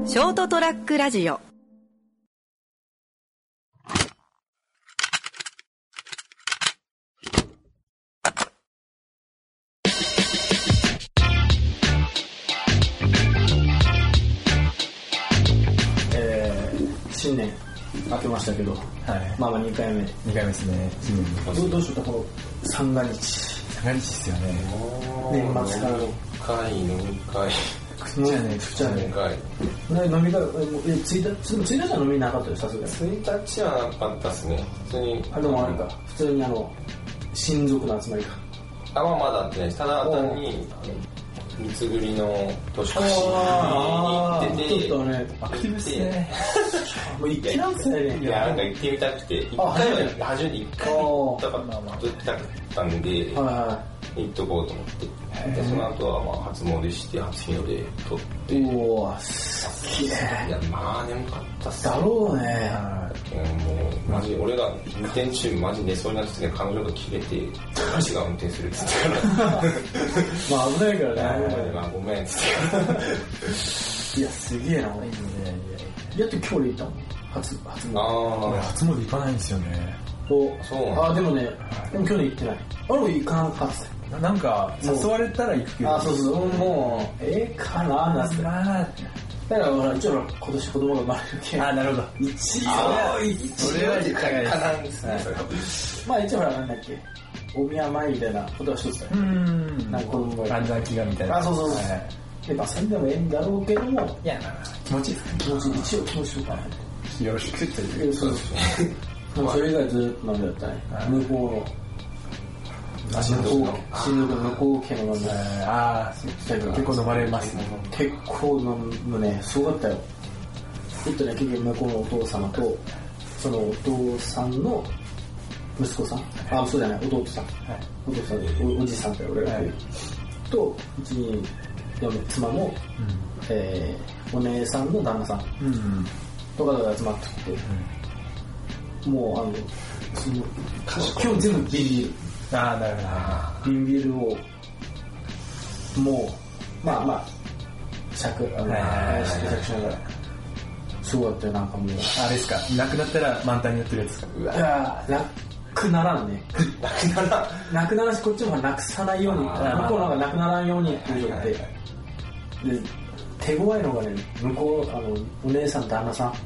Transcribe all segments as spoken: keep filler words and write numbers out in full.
ショートトラックラジオ。 えー、新年明けましたけど、はい、まあまあにかいめにかいめですね。新年どうどうしようか、この三が日三が日っすよね。 年末からの飲み会飲み会くちゃねくちゃね飲み会飲み会えついたちついたちは飲みなかったよ、さすがに。 ついたちはなかったっすね。普通にあでもあれか、普通にあの親族の集まりか。 あまあまだ会ってないです。ただ単に三つぐりの年越しに行ってて、 ちょっとねアクティブっすね。 もう一気なんすね。 いやなんか行ってみたくて、一回は初めて一回行ったかったんで、 はいはい、 行っとこうと思って。でその後はまあ初詣して初日の出撮って。 おーすげえ。 いやまあ眠かったっすだろうね。 もうマジ俺が運転中マジ寝そうになってて、彼女が切れて私が運転するって言ってからまあ危ないからね。 まあごめんって言ってからいやすげえな。俺やっと今日で行ったもん。初初詣。 ああ俺初詣行かないんですよね。 おそうなんだ。 あでもね、でも去年行ってない。あれも行かんかった。 なんか誘われたら行くけど。 あそうそう、もうええかななんて。 まあだからほら一応今年子供が生まれるけん。 あなるほど。 一応それは実家がなんですね。 まあ一応ほらなんだっけ、お宮参りみたいなことは一つだよ。 うん。 なんか子供が安産祈願みたいな。 あそうそうそう。でまあそれでもええんだろうけども、 いやまあ気持ちいいですね。 気持ち一応気持ちよかな。 よろしくっていう。 そうですね。もうそれ以外ずっとなんだったね。向こうの。 足の向こう、新宿向こう家の飲み。 ああ、結構飲まれますね。 結構飲むね、すごかったよ。えっとね、結局向こうのお父様と、そのお父さんの息子さん、あ、そうじゃない、弟さん。お父さん、おじさんだよ、俺が。と、うちに嫁、妻の、えー、お姉さんの旦那さんとかが集まってきて、もう、あの、その、今日全部瓶ビール。 ああ、なるほど。瓶ビールを、もう、まあまあ、尺、あの、尺しながら。すごかったよ、なんかもう。 あれですか、なくなったら満タンになってるやつですか。 いやー、なくならんね。 なくならん。 なくならんし、こっちもなくさないように、向こうのがなくならんようにっていうので、で、手強いのがね、向こう、あの、お姉さん、旦那さん、はい、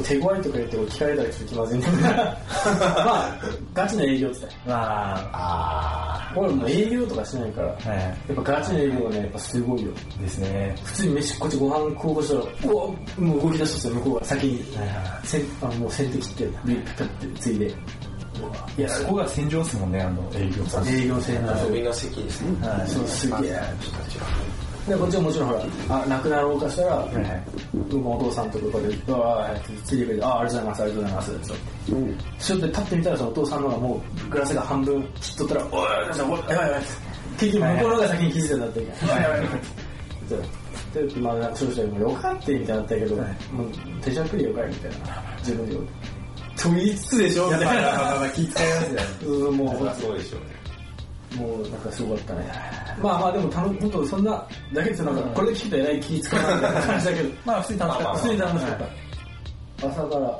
手強いとか言って聞かれたらちょっと気まずいんだけど、まあ、ガチの営業って言ったよ。 まあ、 俺も営業とかしてないから、はい、やっぱガチの営業はね、やっぱすごいよ。 ですね。 普通に飯、こっちご飯食おうとしたら、うわ、もう動き出したんですよ、向こうが先に。はい、せんあもう先手切って、ビップってついで。 いや、そこが戦場ですもんね、あの、営業さん。 営業戦遊びの席ですね。 はい、そう、すげえ。でこっちはもちろんほら、あ、亡くなろうかしたら、はいはい、お父さんとかで、うわー、ついてくれて、あ、ありがとうございます、ありがとうございます、って。うん。それで立ってみたら、そのお父さんのがもう、グラスが半分切っとったら、おい、おい、やばいやばい。結局、向こうの方が先に気づいたんだったけど、やばいやばいやばい。で、まあ、そうしたら、もうよかってみたいなったけど、もう、手じゃくりよかいみたいな。自分で言う。と言いつつでしょみたいな。 まあまあ気遣いますよね。 もう、そうでしょうね。 もうなんかすごかったね。まあまあでもたの本当そんなだけですよ。なんかこれで聞くとえらい気使わないみたいな感じだけど、まあ普通に楽しかった。普通に楽しかった。朝から、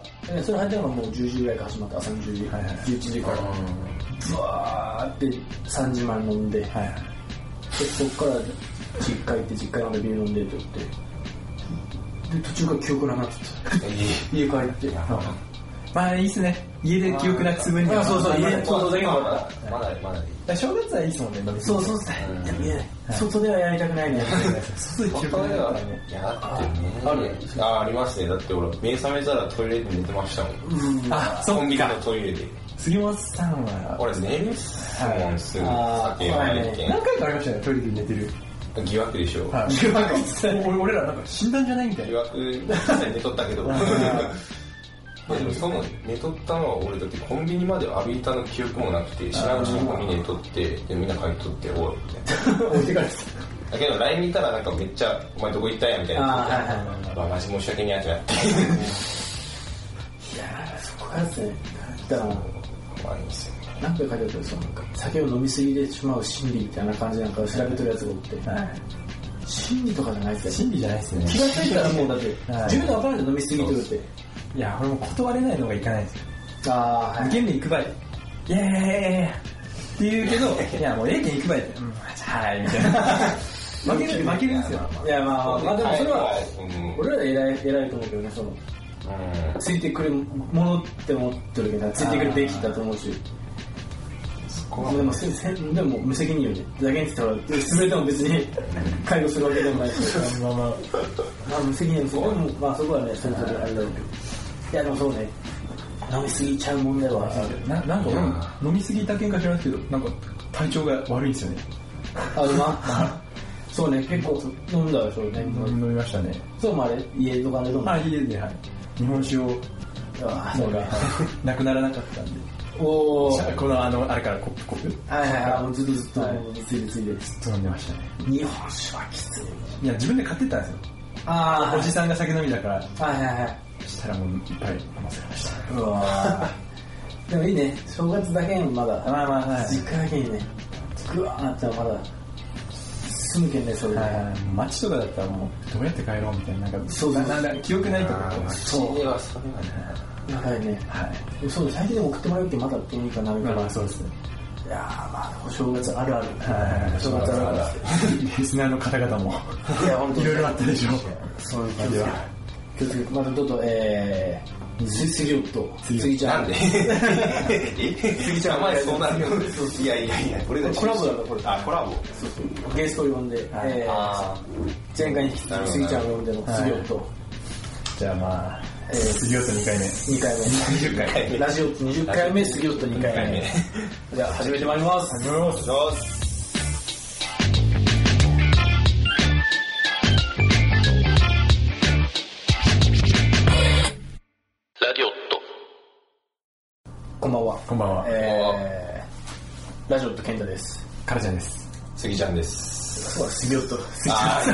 それ入ったのがもうじゅうじぐらいから始まった。朝のじゅうじ、はいはい、じゅういちじからブワーってさんじまで飲んで、はいはい、でそこから実家行って実家でビール飲んでって言ってで途中から記憶なくなってた。家帰ってまあいいっすね。家で記憶なくす分には。 そうそう、家で想像だけもまだまだまだ。 正月はいいっすもんね。 そうそうそう。いや外ではやりたくないね。 外で記憶ないからね。 いやだってね。あるあありますね。だって俺目覚めたらトイレで寝てましたもん。 あ、 コンビニのトイレで。 杉本さんは俺寝るっすもんすぐ。酒はないけん。 何回かありましたね。トイレで寝てる。 疑惑でしょ。 疑惑。俺らなんか死んだんじゃないみたいな。 疑惑実際寝とったけど。でもその寝とったのは俺だってコンビニまで歩いたの記憶もなくて、知らんうちにコンビニ寝とってでみんな帰っとっておいみたいな。置いてかれてた。だけど ライン 見たらなんかめっちゃお前どこ行ったんやみたいな。ああはいはいはい。マジ申し訳ねえやってなって。いやそこからですね。だからありますよね。 何回書いてあったらそのなんか酒を飲みすぎてしまう心理みたいな感じなんかを調べてるやつがおって、はい、 心理とかじゃないですよ。 心理じゃないですよね。 気がついたらもうだって、はい、自分で分からないと飲みすぎてるって。 いや、俺も断れないのがいかないんですよ。 ああ、はい。 ゲーム行くばい。イェーイって言うけど、いや、もう A 県行くばいって。うん、はい、みたいな。負ける、負けるんですよ。 いや、まあ、まあでもそれは、俺ら偉い、偉いと思うけどね、その、ついてくるものって思ってるけど、ついてくるべきだと思うし。でも、でも無責任よね。だけに言ったら、潰れても別に介護するわけでもないし。まあまあ、まあ無責任ですけど、でも、まあそこはね、それぞれあれだろうけど。いや、でもそうね、飲みすぎちゃう問題はある。 な、なんか俺、飲みすぎたけんか知らないけど、なんか体調が悪いんですよね。 あ、でも、そうね、結構飲んだでしょうね。 飲みましたね。 そうもあれ家とかで飲む。 あ、家で、はい。日本酒を、あそうか。なくならなかったんで。おー。この、あの、あれからコップコップ。 はいはいはい、ずっとずっと、ついでついで。 ずっと飲んでましたね。 日本酒はきつい。 いや、自分で買ってったんですよ。ああ。おじさんが酒飲みだから。はいはいはい。 したらもういっぱい飲ませました。 うわでもいいね、正月だけまだ。まあまあはい。実家だけにね、ぐわーなっちゃうまだ。住むけんね、それで。 街とかだったらもう、どうやって帰ろうみたいな、なんか、そうなんだ、記憶ないとか。 そう。はそれはね。長いね。はい。そう、最近でも送ってもらうってまだどうにかなるから。まあそうですね。いやー、まあ、お正月あるある。はい。お正月あるある。 リスナーの方々も、いや、本当に。いろいろあったでしょう。 そういう感じは。気をつけて、またどうぞ、えー、杉夫、杉ちゃん。なんで杉ちゃん前そうなるよ。いやいやいや、これがコラボだろ、これ。 あ、コラボ。 そうそう。ゲストを呼んで、えー、前回に杉ちゃんを呼んでの杉夫。 じゃあまあ、えー、杉夫にかいめ。 にかいめ。にじゅっかいめ。ラジオにじゅっかいめ、杉夫にかいめ。じゃあ始めてまいります。 始めます。 こんばんは。 こんばんは。 えー、ラジオと健太です。 カラちゃんです。 杉ちゃんです。 そうだ、杉夫。 杉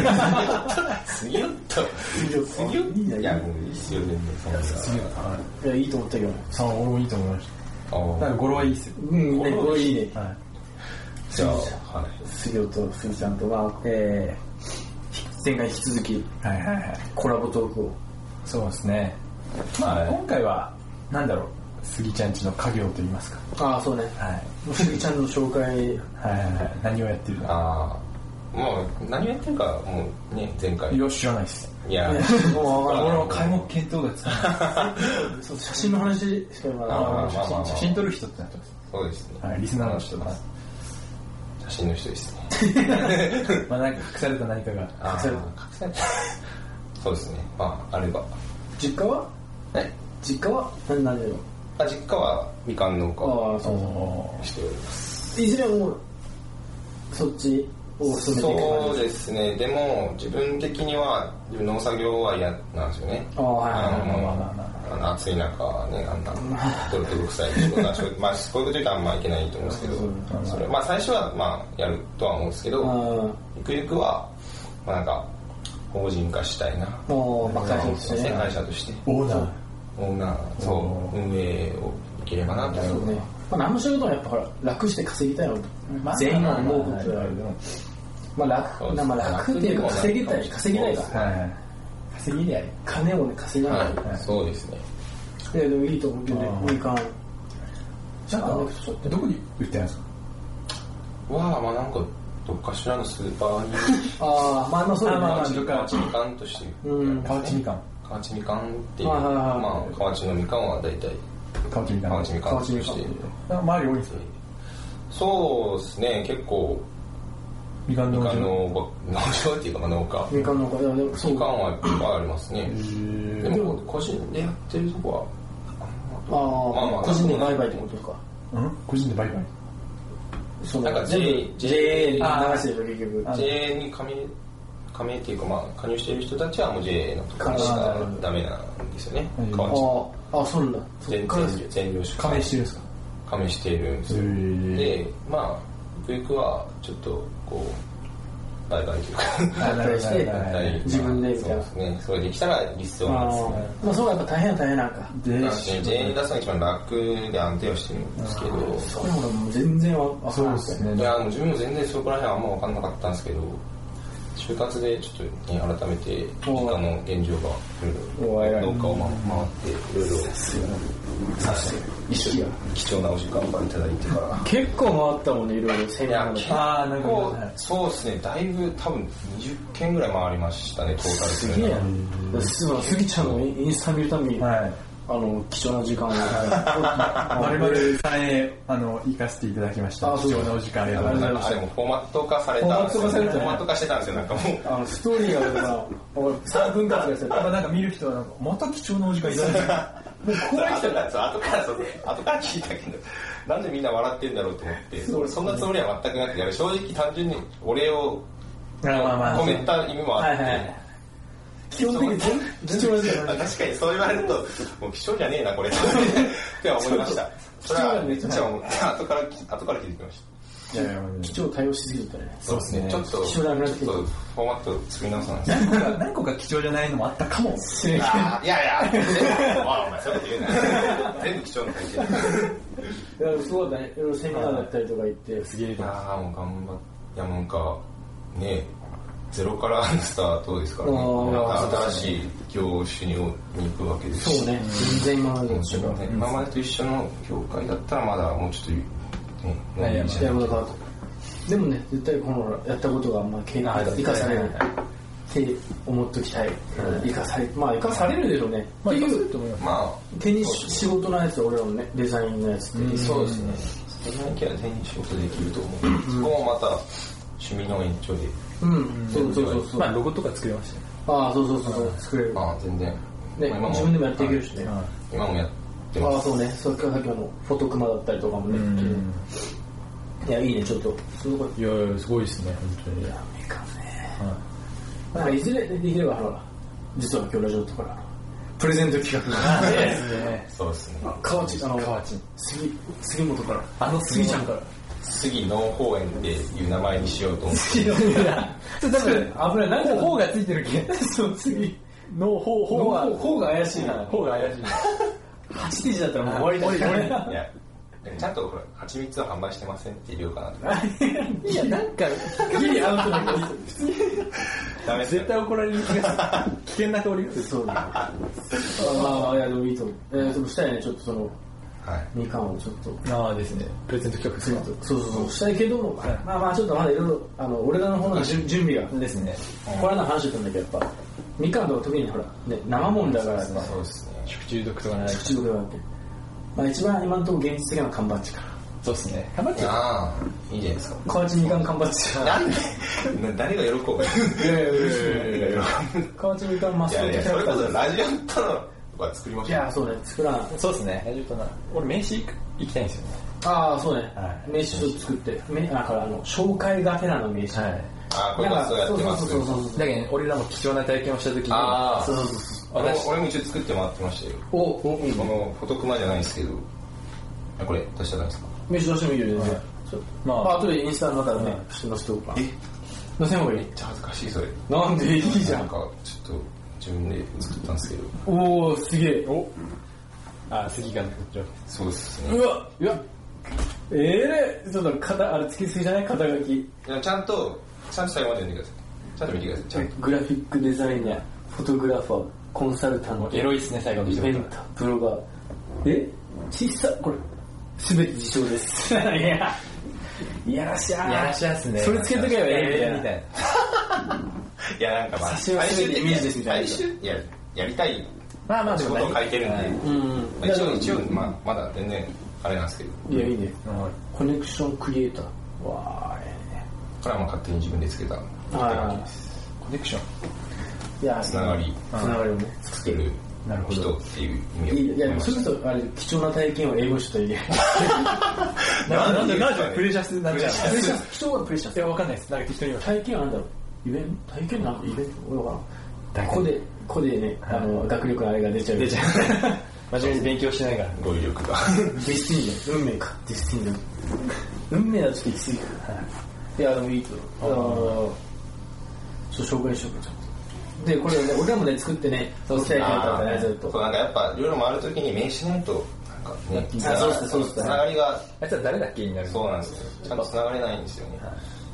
夫。杉夫。杉夫。いや、もういいっすよ、全然。 いや、いいと思ったけど。 あ、俺もいいと思いました。なんか語呂はいいっすよ。 うん、語呂いいね。はい。 じゃあ、はい。 杉夫、杉ちゃんとは、えー、前回引き続き、はいはいはい。コラボトークを。 そうですね。まあ、今回は、なんだろう。杉ちゃんちの家業と言いますか。 ああ、そうね。はい。杉ちゃんの紹介。はいはいはい。何をやってるか。 ああ。もう、何をやってるか、もうね、前回。 いや、知らないです。 いや、 もう、俺も開目検討がつかない。 そう、写真の話しか今ない。写真撮る人ってなってます。 そうですね。 はい、リスナーの人です。 写真の人ですね。 まあ、なんか隠された何かが。 隠された。隠された。 そうですね。まあ、あれば。 実家はえ実家は何なんだろうあ、実家はみかん農家をしております。 いずれはもうそっちを進めていく感じそうですね。でも自分的には自分農作業は嫌なんですよね。 ああ、はいはいはいはい。あの暑い中ね、あんな泥泥臭い仕事はまあこういうこと言うとあんまいけないと思うんですけど、それまあ最初はまあやるとは思うんですけど、ゆくゆくはまあなんか法人化したいな。 もう会社として会社として。 オーナー。 オーナー、そう、運営をいければなと思うね。 まあ、何の仕事もやっぱほら楽して稼ぎたいのと、まあ、全員が思うことだけど、まあ楽、まあ楽っていうか稼ぎたい、稼ぎたいか。稼ぎたい。金をね、稼がない。 そうですね。 いや、でもいいと思うけどね、いいかん。 じゃあ、どこに売ってるんですかわあ、まあなんか、どっかしらのスーパーに。 ああ、まあまあそうだね。 河内みかんとして。 うん、河内みかん。 河内みかんっていう、まあ河内のみかんは大体河内みかん河内みかんとして周り多いですよね。 そうですね、結構みかん農場農場っていうか農家みかん農家でもみかんはいっぱいありますね。でも個人でやってるとこはああ、まあまあ個人で売買ってことですか。 うん個人で売買そうなんか J に流してる結局 J に加盟加盟っていうかまあ加入している人たちはもう ジェー のところしかダメなんですよね。 ああ、そうなんだ。 全全量しか加盟してるんですか。 加盟しているんですよ。で、まあゆくゆくはちょっとこう売買というか売買して自分でみたいな。 そうですね。それできたら理想なんですね。 まあそうやっぱ大変は大変なんか。 ジェー に出すのが一番楽で安定はしてるんですけど。 そういうのも全然わかんないですね。 いやもう自分も全然そこら辺はあんま分かんなかったんですけど。 就活でちょっと、ね、改めて他の現状がいろいろ農家を回っていろいろ一緒に貴重なお時間をいただいてから結構回ったもんね、いろいろセミナーで。 ああ、なんかそうですね、だいぶ多分にじゅっけんぐらい回りましたね、トータルすげえやん。スギちゃんのインスタ見るために、はい、あの貴重な時間を我々さんへあの行かせていただきました。貴重なお時間ありがとうございました。 あれもフォーマット化されたんですよ。フォーマット化してたんですよ。なんかもうあのストーリーがさんぷん割がしてた。 なんか見る人はなんかまた貴重なお時間いただいて。 もうこういう人が後からそう後から聞いたけど、なんでみんな笑ってんだろうと思って、俺そんなつもりは全くなくて、正直単純にお礼を込めた意味もあって。 基本的に貴重じゃない。 確かにそう言われるともう貴重じゃねえなこれって思いました。それはめっちゃ後から後から気づきました。 いやいや貴重対応しすぎたね。 そうですね。ちょっと貴重なくなってフォーマット作り直さない。 何個か何個か貴重じゃないのもあったかもしれない。いやいや。お前そういうこと言うな。全部貴重な体験。 いやそうだね。いろいろセミナーだったりとか行ってすげえ。 ああもう頑張っいやもうなんかね。ゼロからのスタートですからね。なんか新しい業種に行くわけですし。 そうね。全然今までと一緒のね。今までと一緒の業界だったらまだもうちょっとね。 いやいややることかと。でもね絶対このやったことがあんま経験生かされるって思っときたい。生かされまあ生かされるでしょうね。 っていうまあ手に仕事のやつ俺らのねデザインのやつってそうですね。デザイン系は手に仕事できると思う。そこもまた趣味の延長で。 うん、そうそうそうそう。 まあロゴとか作れましたね。 ああ、そうそうそう作れる。 ああ、全然。 ね、自分でもやっていけるしね。 今もやってます。 ああ、そうね。さっきのフォトクマだったりとかもね。いや、いいね、ちょっと。 すごい。いやいや、すごいですね、本当に。 いや、いいかもね。なんかいずれできれば、ほら、実は今日ラジオとかプレゼント企画がね。そうですね。 河内、あの、 河内。 杉、杉本から。 あの杉ちゃんから。 杉農法園っていう名前にしようと思って。 杉農法園。ちょっと危ない。なんか法がついてるけ。 そう、杉。 農法、法が、 法が怪しいな。 法が怪しいな。 はちページだったらもう終わりだよね。 いや、ちゃんとほら、蜂蜜は販売してませんって言おうかなと。いや、なんか、ギリアウトだけど、普通に。 ダメ絶対怒られる気がする。危険な通りがする。 そうね。まあまあ、いや、でもいいと思う。えー、でもしたいね、ちょっとその、はい、みかんをちょっと。 ああですね。プレゼント企画すると。 そうそうそう。したいけども、はい、まあまあちょっとまだいろいろ、あの、俺らの方の準備が。 ですね。 これの話だったんだけど、やっぱ、みかんとか特にほら、ね、生もんだから、 そうですね。 食中毒とかない。 食中毒とかなって。まあ一番今のところ現実的な缶バッジから。 そうですね。缶バッジああ、いいじゃないですか。 河内みかん缶バッジ。 なんで誰が喜ぶいやいや、嬉しい。 河内みかんマスコットキャラクター。いやいや、 それこそラジオンとの、作りましょう。 いや、そうね、作らな。 そうですね、ラジオとな。俺、名刺行きたいんですよね。 ああ、そうね。はい、名刺ちょっと作って、だから、あの、紹介がてらの名刺。はい。 ああ、これもそうやってます。 そうそうそうそう。 だけど、俺らも貴重な体験をしたときに。 ああ、 そうそうそう。 俺も一応作ってもらってましたよ。おお、このフォトクマじゃないんですけど、これ出したらいいですか？ 名刺出してもいいよね。まあ、後でインスタの中でね、載せておくか。え？載せん方がいい？ めっちゃ恥ずかしい、それ。 なんでいいじゃん。 なんか、ちょっと、自分で作ったんですけど。 おお、すげえ。おあ、次がこっちは。 そうですね。 うわうわええー、ちょっと肩、あれつきすぎじゃない肩書き。いや、ちゃんと、ちゃんと最後まで読んでください。ちゃんと見てください。ちゃんと。 グラフィックデザイナー、フォトグラファー、コンサルタント。 エロいっすね、最後のイベント、プロガー。え小さ、これ、すべて自称です。いや、いやらしゃー。 いやらしゃーっすね。 それつけとけばええみたいな。 いや、なんかまあ、 最終イメージですみたいな。 最終、や、やりたい。 まあまあ、 仕事を書いてるんで。 うん。 一応、一応、まあ、まだ全然、あれなんですけど。 いや、いいね。コネクションクリエイター。わー、ええね。 これはもう勝手に自分でつけた。 コネクション。 いや、 つながり。 つながりをね、 作る。なるほど。人っていう意味を。 いや、でもそれこそ、あれ、貴重な体験を英語しといて。 なんで、なんでプレシャスになっちゃうの？ プレシャス、貴重なプレシャス。 いや、わかんないです。なんか適当に体験はなんだろう。イベント体験なんかイベント俺わからん。ここで、ここでね、あの、学力のあれが出ちゃう。 出ちゃう。真面目に勉強しないから。 語彙力が。 ディスティーニ運命か。ディスティーニ運命だとちょっときついから。いや、でもいいと。あの、ちょっと紹介しようか、ちょっと。で、これね、俺らもね、作ってね、そうしたいと思ったね、ずっと。 そう、なんかやっぱ、いろいろ回るときに名刺ないと、なんかね、 あ、そうです、そうです。 つながりが。 あいつは誰だっけになる。 そうなんですよ。ちゃんとつながれないんですよね。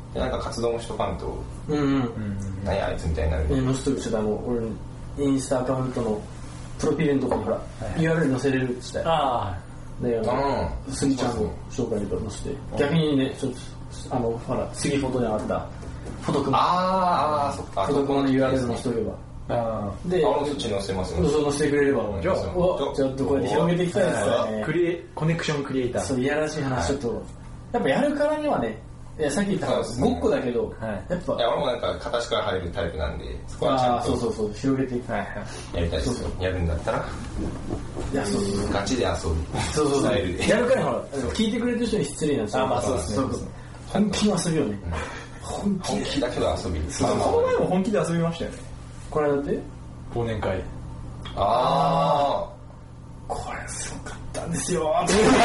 でなんか活動もしとかんと、 うんうん。 何やあいつみたいになる。 え、載せとるちょっとあの、俺、インスタアカウントのプロフィールのとこにほら、はい、ユーアールエル 載せれるって言ったよ。ああ。で、あの、杉ちゃんの紹介とか載せて、逆にね、ちょっと、あの、ほら、杉フォトに上がったフォトクマ。 ああ、そっか。 フォトクマの ユーアールエル 載せとけば。 あで、あのそっち載せますね。 そう載せてくれれば、じゃあ、おちょっとこうやって広げていきたいですよね。 クリエ、コネクションクリエイター。 そう、いやらしい話、ちょっと、やっぱやるからにはね、いやさっき言ったごっこだけど、 はい、やっぱ。いや、俺もなんか形から入るタイプなんで、そこはちゃんと。 そうそうそう、広げていきたい。 やりたいですよ。やるんだったら。 いや、そうそうそう。 ガチで遊ぶ。 そうそうそう。やるからほら、聞いてくれてる人に失礼なんですよ。 あ、まあそうですね。 本気の遊びよね。 本気だけど遊び。 この前も本気で遊びましたよね。 これだって忘年会。 ああ。 これすごかったんですよ。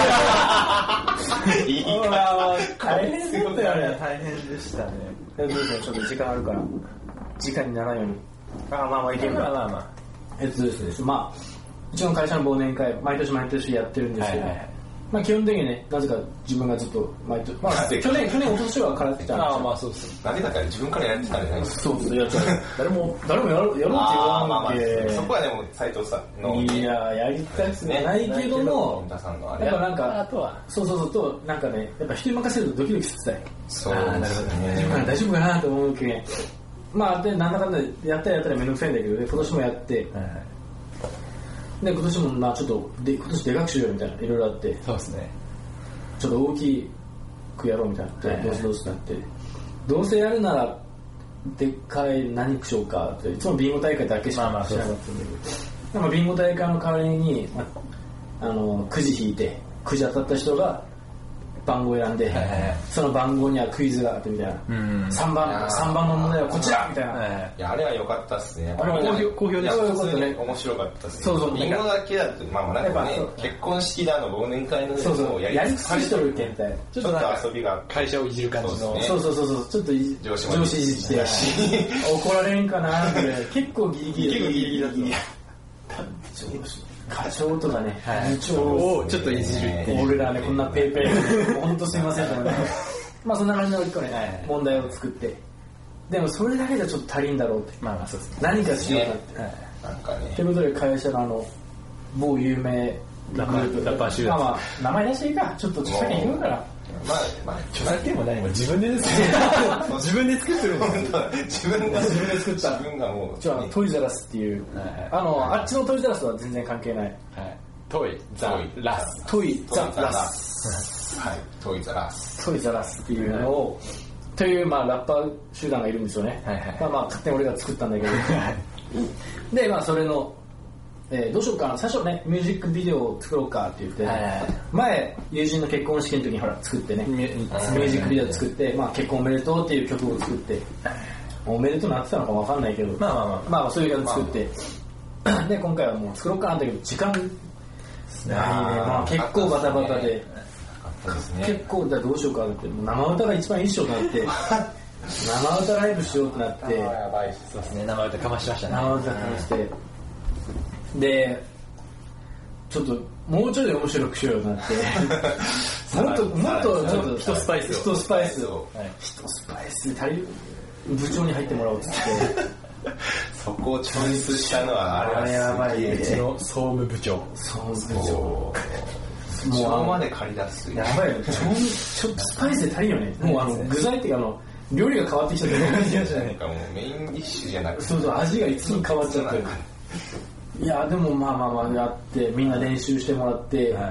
いい大変だったよね。 大変でしたね。 どうですね、ちょっと時間あるから、時間にならないように。ああ、まあまあいけるから。 まあまあ。 えっとですね、まあ、うちの会社の忘年会、毎年毎年やってるんですけど、はいはいはい、まあ基本的にね、なぜか自分がずっと毎年、まあ去年、去年、一昨年はからってたんですよ。 ああ、まあそうです。 なぜだから自分からやってたんじゃないですか。 そうそう、やっちゃう。誰も、誰もやろう、やろうって言わんけ。 そこはでも斉藤さんの。 いや、やりたくないけども、やっぱなんか、 あとは、 そうそうそうと、なんかね、やっぱ人に任せるとドキドキしてたよ。 そう、なるほどね。大丈夫かなと思うけん。まあ、で、なんだかんだやったらやったらめんどくさいんだけど、今年もやって、で、今年もまあちょっと、で今年でかくしようみたいな、いろいろあって。 そうですね。 ちょっと大きくやろうみたいな、どうせどうせなって。どうせやるなら、でっかい何しようかって、いつもビンゴ大会だけしかしなかったんだけど、まあ、ビンゴ大会の代わりに、まあ、あの、くじ引いて、くじ当たった人が番号を選んで、その番号にはクイズがあってみたいな。うん、さんばん、さんばんの問題はこちらみたいな。 いや、あれは良かったっすね。 あれは好評、好評でした。 普通に面白かったっすね。そうそう。ビンゴだけだと、まあまあなんかね、結婚式だの忘年会のそうそう、やり尽くしとるけんたい。 ちょっと遊びが。 会社をいじる感じの。 そうそうそうそう、ちょっと上司いじって、怒られんかなって、結構ギリギリ。 結構ギリギリだった。課長とかね、 部長をちょっといじるっていう。 俺らね、こんなペーペー、ほんとすいませんとかね。まあそんな感じの一個ね、問題を作って。でもそれだけじゃちょっと足りんだろうって。 まあまあそうですね。 何かしようかって。 なんかね。 ということで会社のあの、某有名ラッパー集団。 まあまあ、名前出していいか。ちょっと著作権言うから。 まあ、まあ、 著作権も何も自分でですね。自分で作ってるんですよ。 自分が自分で作った。 自分がもう。 じゃあ、トイザラスっていう。あの、あっちのトイザラスは全然関係ない。 トイザラス。 トイザラス。 はい。トイザラス。 トイザラスっていうのを、という、まあ、ラッパー集団がいるんですよね。まあまあ、勝手に俺が作ったんだけど。で、まあ、それの、えー、どうしようかな、最初ね、ミュージックビデオを作ろうかって言って、前、友人の結婚式の時にほら、作ってね、ミュージックビデオ作って、まあ、結婚おめでとうっていう曲を作って、おめでとうなってたのかわかんないけど、まあまあまあ、まあ、そういう曲作って、で、今回はもう作ろうかなだけど、時間ないね、まあ、結構バタバタで、結構、どうしようかなって、生歌が一番いいっしょとなって、生歌ライブしようってなって、 そうですね、生歌かましましたね。 生歌かまして、で、ちょっともうちょい面白くしようようになってもっともっとちょっと一スパイスを一スパイスを一スパイスで足りる部長に入ってもらおうっつってそこをチョイスしたのはあれはやばいね。 うちの総務部長総務部長もうあまで借り出すやばいよね。ちょっとスパイスで足りんよね。もうあの具材っていうかあの料理が変わってきちゃってる感じじゃないなんかもうメインディッシュじゃなくてそうそう味がいつも変わっちゃってるいやでもまあまあまあやってみんな練習してもらって、はい、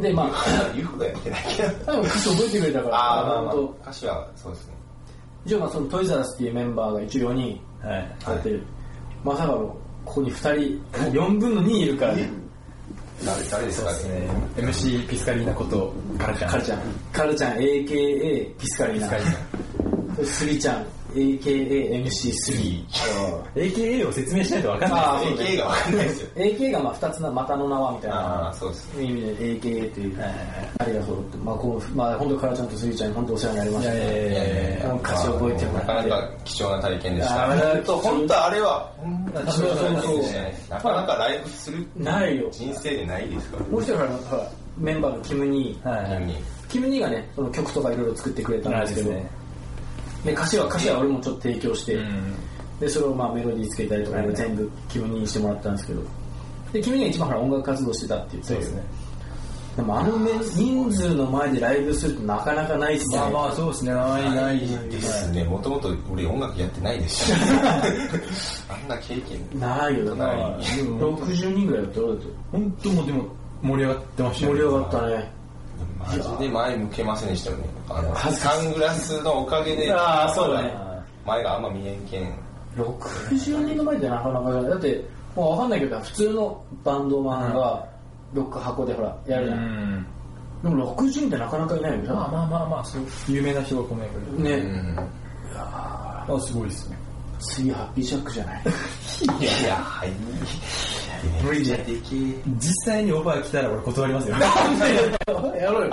でまあ言うほどやってないけど歌詞覚えてくれたからあ、まあまあ、歌詞はそうですね一応まあそのトイザラスっていうメンバーが一応よにんやってる、はい、まさかのここにふたりよんぶんのにいるからね誰, 誰ですかねエムシー ピスカリーナことカルちゃんカルちゃんカルちゃん エーケーエー ピスカリーナスリちゃんエーケーエーエムシースリーエーケーエー を説明しないと分かんないです エーケーエー が分かんないですよエーケーエー がまあふたつな股の縄みたいなあそうです、 ね、意味で エーケーエー というありがとうってまあこうまあ本当カラちゃんとスリちゃんに本当お世話になりましたね歌詞を覚えてもらってなかなか貴重な体験でした本当あれは貴重な体験でしたねなかなかライブするないよ人生でないですからもう一人ほらメンバーのキムニーキムニーがねその曲とかいろいろ作ってくれたんですけどで歌詞は歌詞は俺もちょっと提供して、 うん、 でそれをまあメロディーつけたりとか、ね、全部君にしてもらったんですけど、で君が一番ほら音楽活動してたって言ってたけど、ね、でもあの人数の前でライブするってなかなかないっすね。 まあまあそうですね、ないないですね。もともと俺音楽やってないですしあんな経験ないよ。だからろくじゅうにんぐらいだったよ。 本当もでも盛り上がってましたね。盛り上がったね。 マジで前向けませんでしたよね。あのサングラスのおかげでああそうだね、 前があんま見えんけん。 ろくじゅうにんの前ってなかなかだってもう分かんないけど普通のバンドマンがどっか箱でほらやるじゃん、うん、でもろくじゅうにんってなかなかいないよね。 まあまあまあまあそう有名な人が来ないからね、 うん、いやあすごいですね。 次ハッピージャックじゃないいやいやはい無理じゃでき実際にオファー来たら俺断りますよやろうよ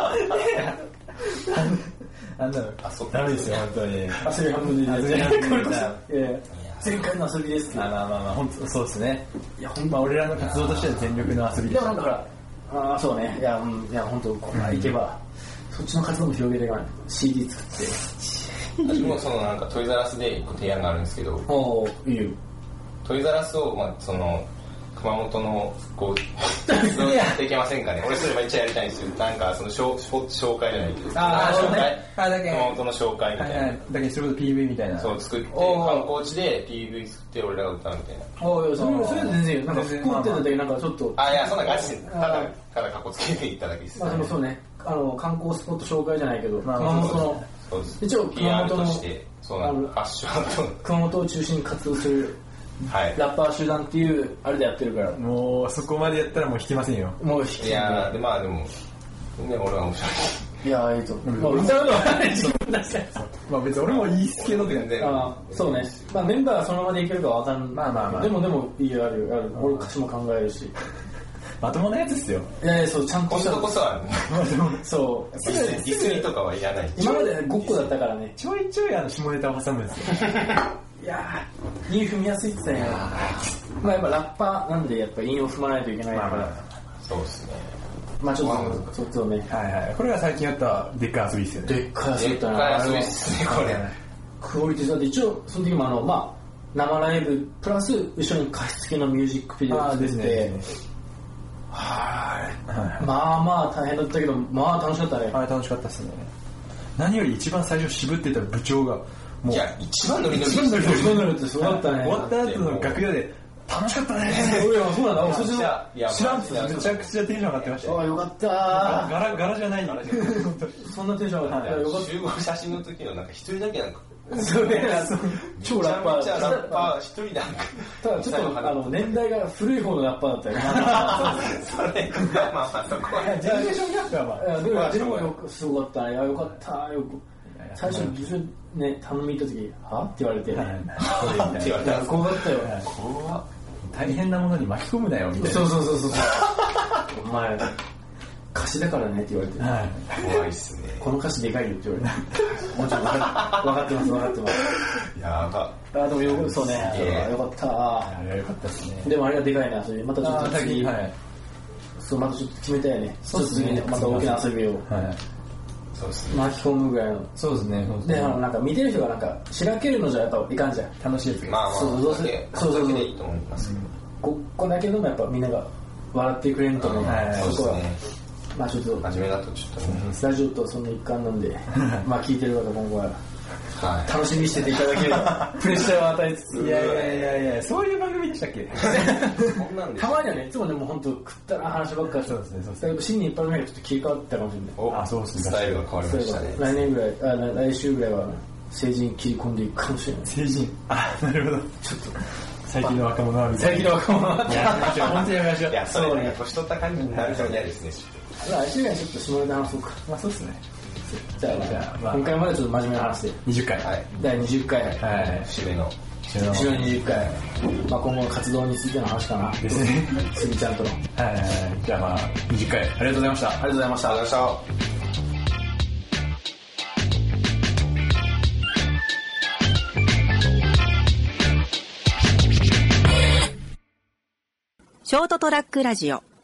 あんなのダメですよ本当に。 遊び半分で遊び半分で前回の遊びです。 まあまあまあまあ本当そうですね。いや本当俺らの活動としては全力の遊びで。でもなんかほらああそうね、いや、うん、いや本当ここ行けば、うん、そっちの活動も広げていかない。 シーディー 作って私もそのなんかトイザラスで提案があるんですけど、 おーいいよ。 トイザラスをまあその熊本のこう活動していけませんかね。俺それめっちゃやりたいんですよ。なんかその紹紹介じゃないけど、 あ紹介、 ね、あだけ熊本の紹介みたいな、はいはい、 だけそれこそ ピーブイ みたいなそう作って観光地で ピーブイ 作って俺らが歌うみたいな。 おーそれそれ全然いいよ。なんか福岡ってんだけどなんかちょっとあいやそんな感じでただただカッコつけていっただけです。 まあでもそうね、あの観光スポット紹介じゃないけど、まあ、熊本のそうです一応熊本のとしてそうなのファッションと熊本を中心に活動するはい、ラッパー集団っていうあれでやってるから、 もうそこまでやったらもう弾きませんよ。 もう弾きいやでまあでもね俺は面白い。 いやいいと思う。まあ歌うのはね自分だし。 まあ別に俺もいいっすけどって感じ。あそうね。まあメンバーがそのままでいけるかわかんない。まあまあまあ。でもでもいいよあるよある。俺歌詞も考えるし。 まともなやつっすよ。 いやいやそうちゃんとした。今度こそはそう。 ディスリとかはいらない。 今までごっこだったからね。 ちょいちょいあの下ネタを挟むんですよ。 いやー、韻踏みやすいって言ったよ。まあやっぱラッパーなんでやっぱ韻を踏まないといけないから。まあ、 そうですね。 まあちょっと、ちょっとね。 はいはい。これが最近やったでっかい遊びですよね。 でっかい遊びだな。 でっかい遊びですね、これ。 クオリティだって一応、その時もあの、まあ、生ライブ、プラス後ろに加湿器のミュージックビデオを作って、はい。まあまあ大変だったけど、まあ楽しかったね。 はい、楽しかったですね。何より一番最初渋ってた部長が、 もういや一番ノリノリ一番ノリノリ一番ノリノリってすごかったね。 終わった後の楽屋で楽しかったね。 そうなんだ。そっちの知らんってめちゃくちゃテンション上がってました。 あよかった。 ガラガラじゃない。 そんなテンション上がってよかった。 集合写真の時のなんか一人だけなんかそれ超ラッパー。 めちゃめちゃラッパー一人なんか。 ただちょっとあの年代が古い方のラッパーだったよ。 それまあまあそこはジェネレーションギャップはまあ。でもすごかったね。よかったよく。最初にね頼みに行った時はって言われて、 って言われた。 怖かったよ。 怖っ。大変なものに巻き込むなよみたいな。 そうそうそうそう。お前歌詞だからねって言われて。 怖いっすね。 この歌詞でかいよって言われて。もうちょっと分かってます分かってます。 やば。 あでもよそうね。よかった。 あれよかったですね。 でもあれがでかいなそれまたちょっと次そうまたちょっと決めたよね。 そうですね。 また大きな遊びを。 そうですね。 巻き込むぐらいの。 そうですね。 で、あのなんか見てる人がなんかしらけるのじゃやっぱいかんじゃん。 楽しいですけど。 まあまあ、そうそうそう。そうそうでいいと思います。 ここだけでもやっぱみんなが笑ってくれると思う。 そうですね。 まあちょっと真面目だとちょっとね。 ラジオとその一環なんで、まあ聞いてる方今後は楽しみにしてていただければプレッシャーを与えつつ。 いやいやいやいや、そういう番組でしたっけ？ たまにはね、いつもでも本当食ったな話ばっかりして。 そうですね、そうですね。 新年一発目がちょっと切り替わったかもしれない。 あ、そうですね。スタイルが変わりましたね。 来年ぐらい、あ来週ぐらいは成人切り込んでいくかもしれない。 成人。あ、なるほど。ちょっと。最近の若者はみたいな。 最近の若者は。 いや、本当にやめましょう。 いや、そうね。年取った感じになると嫌ですね。 来週ぐらいちょっと下ネタ話そうか。 まあそうですね。 じゃあ、じゃあまあ、今回までちょっと真面目な話で。 にじゅっかい。 はい。 だいにじゅっかい。 はい。 節目の。 節目のにじゅっかい。まあ今後の活動についての話かな。 ですね。 すぎちゃんとの。 はい。じゃあまあ、にじゅっかい。ありがとうございました。 ありがとうございました。 ありがとうございました。 ショートトラックラジオ